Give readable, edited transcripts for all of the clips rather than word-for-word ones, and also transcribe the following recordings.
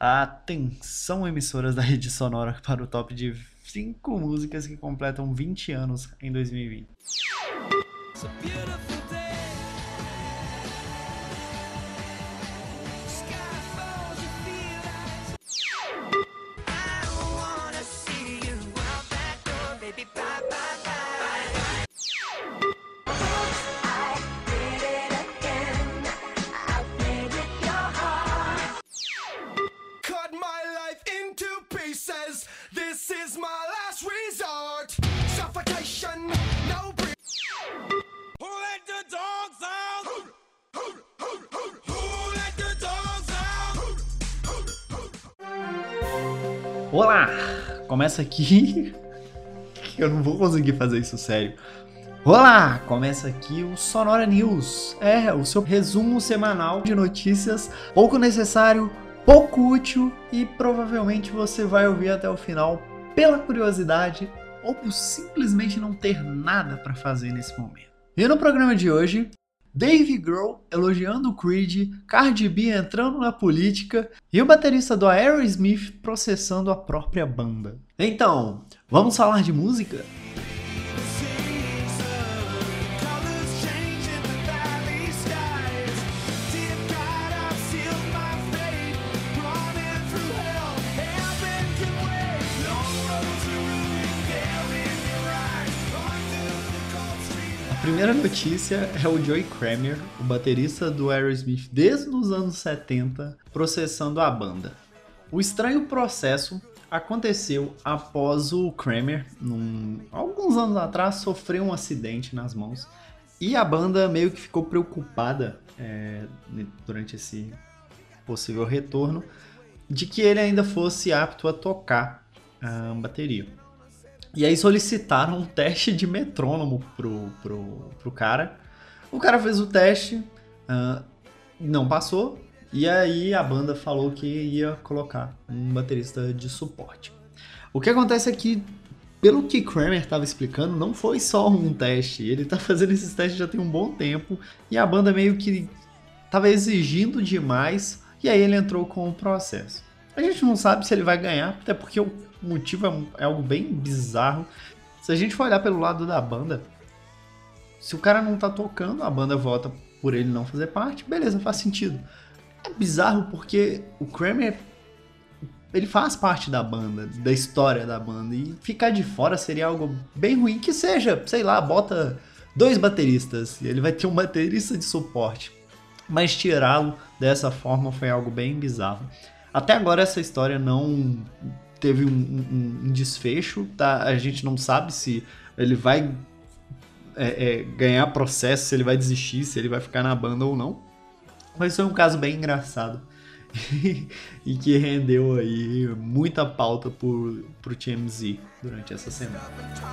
Atenção, emissoras da rede sonora, para o top de 5 músicas que completam 20 anos em 2020. This is my last resort. Suffocation, no breath. Who let the dogs out? Who let the dogs out? Olá! Começa aqui... Eu não vou conseguir fazer isso sério. Olá! Começa aqui o Sonora News. O seu resumo semanal de notícias pouco necessário, pouco útil e provavelmente você vai ouvir até o final pela curiosidade ou por simplesmente não ter nada para fazer nesse momento. E no programa de hoje, Dave Grohl elogiando o Creed, Cardi B entrando na política e o baterista do Aerosmith processando a própria banda. Então, vamos falar de música? A primeira notícia é o Joey Kramer, o baterista do Aerosmith desde os anos 70, processando a banda. O estranho processo aconteceu após o Kramer, alguns anos atrás, sofrer um acidente nas mãos e a banda meio que ficou preocupada durante esse possível retorno de que ele ainda fosse apto a tocar a bateria. E aí solicitaram um teste de metrônomo pro cara. O cara fez o teste, não passou, e aí a banda falou que ia colocar um baterista de suporte. O que acontece é que, pelo que Kramer estava explicando, não foi só um teste. Ele tá fazendo esses testes já tem um bom tempo, e a banda meio que estava exigindo demais, e aí ele entrou com o processo. A gente não sabe se ele vai ganhar, até porque o motivo é algo bem bizarro. Se a gente for olhar pelo lado da banda, se o cara não tá tocando, a banda vota por ele não fazer parte, beleza, faz sentido. É bizarro porque o Kramer, ele faz parte da banda, da história da banda, e ficar de fora seria algo bem ruim, que seja, sei lá, bota 2 bateristas, e ele vai ter um baterista de suporte. Mas tirá-lo dessa forma foi algo bem bizarro. Até agora essa história não teve um desfecho, tá? A gente não sabe se ele vai ganhar processo, se ele vai desistir, se ele vai ficar na banda ou não. Mas foi um caso bem engraçado e que rendeu aí muita pauta pro TMZ durante essa semana.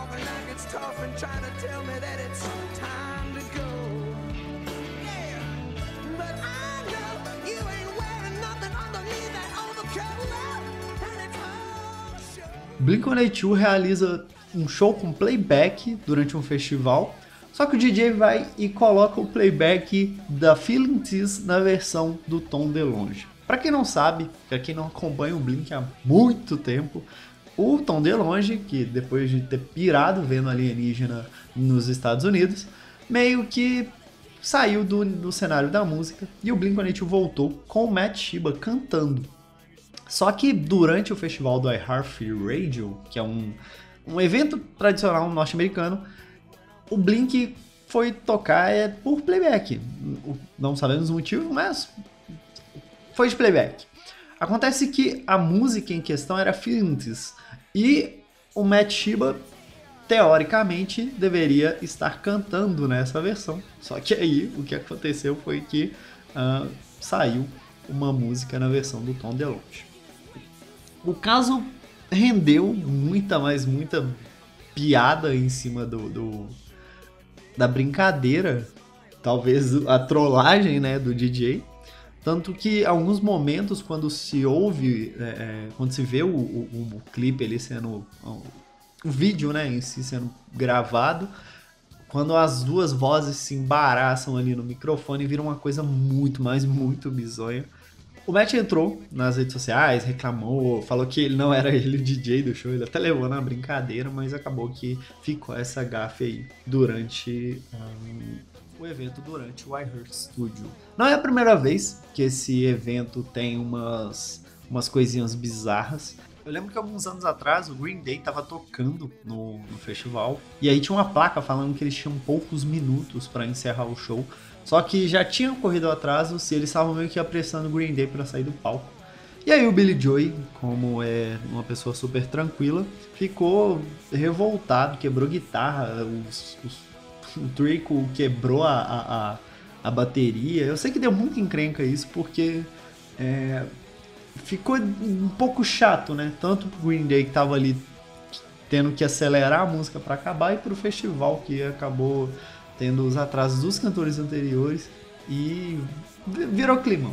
Blink-182 realiza um show com playback durante um festival, só que o DJ vai e coloca o playback da Feeling This na versão do Tom DeLonge. Para quem não sabe, para quem não acompanha o Blink há muito tempo, o Tom DeLonge, que depois de ter pirado vendo alienígena nos Estados Unidos, meio que saiu do cenário da música e o Blink-182 voltou com o Matt Skiba cantando. Só que durante o festival do iHeartRadio, que é um evento tradicional norte-americano, o Blink foi tocar por playback. Não sabemos o motivo, mas foi de playback. Acontece que a música em questão era Feeling This, e o Matt Skiba, teoricamente, deveria estar cantando nessa versão. Só que aí o que aconteceu foi que saiu uma música na versão do Tom DeLonge. O caso rendeu muita piada em cima da brincadeira, talvez a trollagem, né, do DJ. Tanto que alguns momentos, quando se ouve, quando se vê o clipe ali sendo, o vídeo, né, em si sendo gravado, quando as duas vozes se embaraçam ali no microfone, vira uma coisa muito bizonha. O Matt entrou nas redes sociais, reclamou, falou que ele não era ele o DJ do show, ele até levou na brincadeira, mas acabou que ficou essa gafe aí durante o evento, durante o iHeart Studio. Não é a primeira vez que esse evento tem umas coisinhas bizarras. Eu lembro que alguns anos atrás o Green Day tava tocando no festival, e aí tinha uma placa falando que eles tinham poucos minutos para encerrar o show. Só que já tinham corrido atrasos e eles estavam meio que apressando o Green Day para sair do palco. E aí o Billy Joy, como é uma pessoa super tranquila, ficou revoltado, quebrou guitarra, o Trico quebrou a bateria. Eu sei que deu muita encrenca isso, porque ficou um pouco chato, né? Tanto pro Green Day que tava ali tendo que acelerar a música para acabar, e pro festival que acabou tendo os atrasos dos cantores anteriores, e virou climão.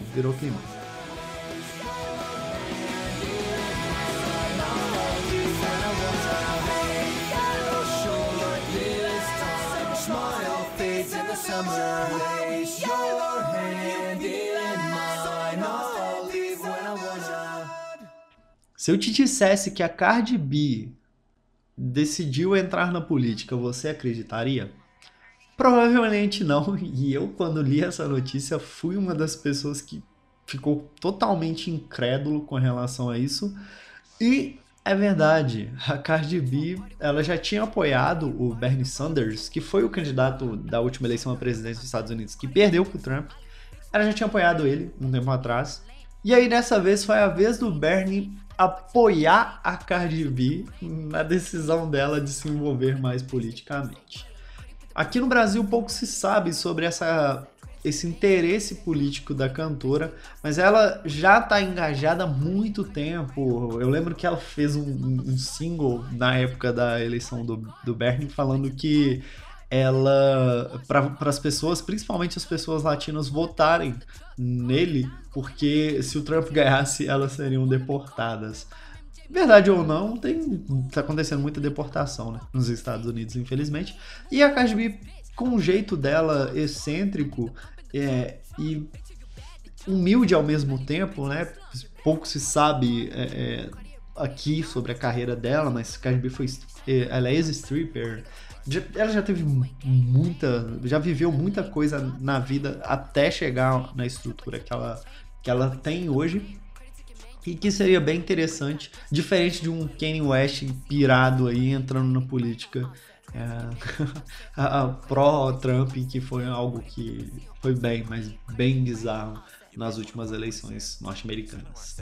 Se eu te dissesse que a Cardi B decidiu entrar na política, você acreditaria? Provavelmente não, e eu, quando li essa notícia, fui uma das pessoas que ficou totalmente incrédulo com relação a isso. E é verdade, a Cardi B, ela já tinha apoiado o Bernie Sanders, que foi o candidato da última eleição à presidência dos Estados Unidos, que perdeu pro Trump. Ela já tinha apoiado ele um tempo atrás. E aí, dessa vez, foi a vez do Bernie apoiar a Cardi B na decisão dela de se envolver mais politicamente. Aqui no Brasil pouco se sabe sobre esse interesse político da cantora, mas ela já está engajada há muito tempo. Eu lembro que ela fez um single na época da eleição do Bernie, falando que ela, para as pessoas, principalmente as pessoas latinas, votarem nele, porque se o Trump ganhasse, elas seriam deportadas. Verdade ou não, tá acontecendo muita deportação, né, nos Estados Unidos, infelizmente. E a Cardi B, com o jeito dela excêntrico e humilde ao mesmo tempo, né? Pouco se sabe aqui sobre a carreira dela, mas a Cardi B ela é ex-stripper. Ela já teve já viveu muita coisa na vida até chegar na estrutura que ela tem hoje. E que seria bem interessante, diferente de um Kanye West pirado aí entrando na política pró-Trump, que foi algo que foi mas bem bizarro nas últimas eleições norte-americanas.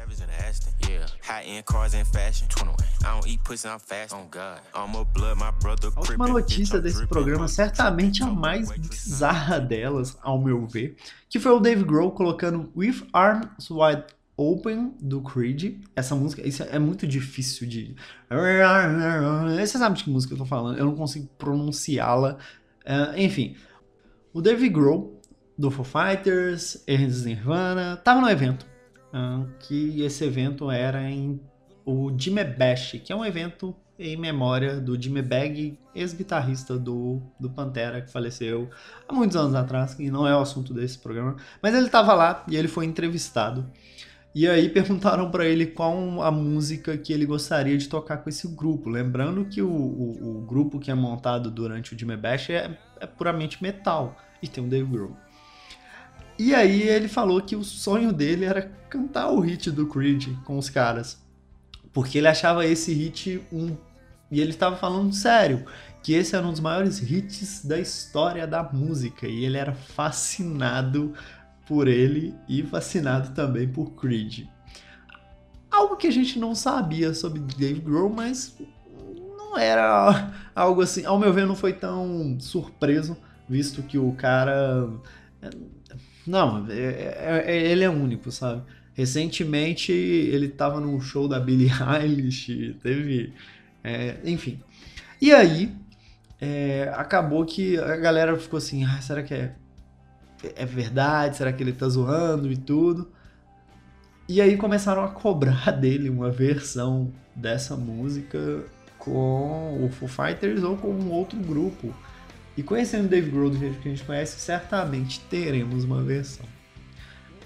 A última notícia desse programa, certamente a mais bizarra delas, ao meu ver, que foi o Dave Grohl colocando With Arms Wide Open, do Creed. Essa música, isso é muito difícil de... Você sabe de que música eu tô falando, eu não consigo pronunciá-la. Enfim, o Dave Grohl, do Foo Fighters, ex-Nirvana, tava no evento, que esse evento era o Jimmy Bash, que é um evento em memória do Jimmy Bag, ex-guitarrista do Pantera, que faleceu há muitos anos atrás, que não é o assunto desse programa, mas ele tava lá e ele foi entrevistado. E aí perguntaram para ele qual a música que ele gostaria de tocar com esse grupo. Lembrando que o grupo que é montado durante o Jimmy Bash é puramente metal. E tem o Dave Grohl. E aí ele falou que o sonho dele era cantar o hit do Creed com os caras. Porque ele achava esse hit E ele estava falando sério, que esse era um dos maiores hits da história da música. E ele era fascinado por ele e fascinado também por Creed. Algo que a gente não sabia sobre Dave Grohl, mas não era algo assim, ao meu ver não foi tão surpreso, visto que o cara... Não, ele é único, sabe? Recentemente ele estava num show da Billie Eilish, teve... enfim. E aí, acabou que a galera ficou assim, será que é verdade? Será que ele tá zoando e tudo? E aí começaram a cobrar dele uma versão dessa música com o Foo Fighters ou com um outro grupo. E conhecendo o Dave Grohl do jeito que a gente conhece, certamente teremos uma versão.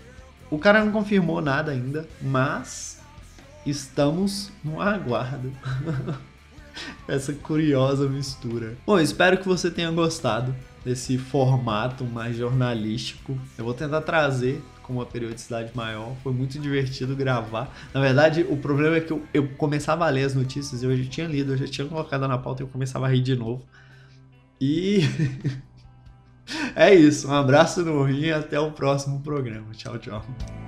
O cara não confirmou nada ainda, mas estamos no aguardo. Essa curiosa mistura. Bom, espero que você tenha gostado desse formato mais jornalístico. Eu vou tentar trazer com uma periodicidade maior. Foi muito divertido gravar. Na verdade, o problema é que eu começava a ler as notícias, eu já tinha lido, eu já tinha colocado na pauta e eu começava a rir de novo. E é isso. Um abraço no rim e até o próximo programa. Tchau, tchau.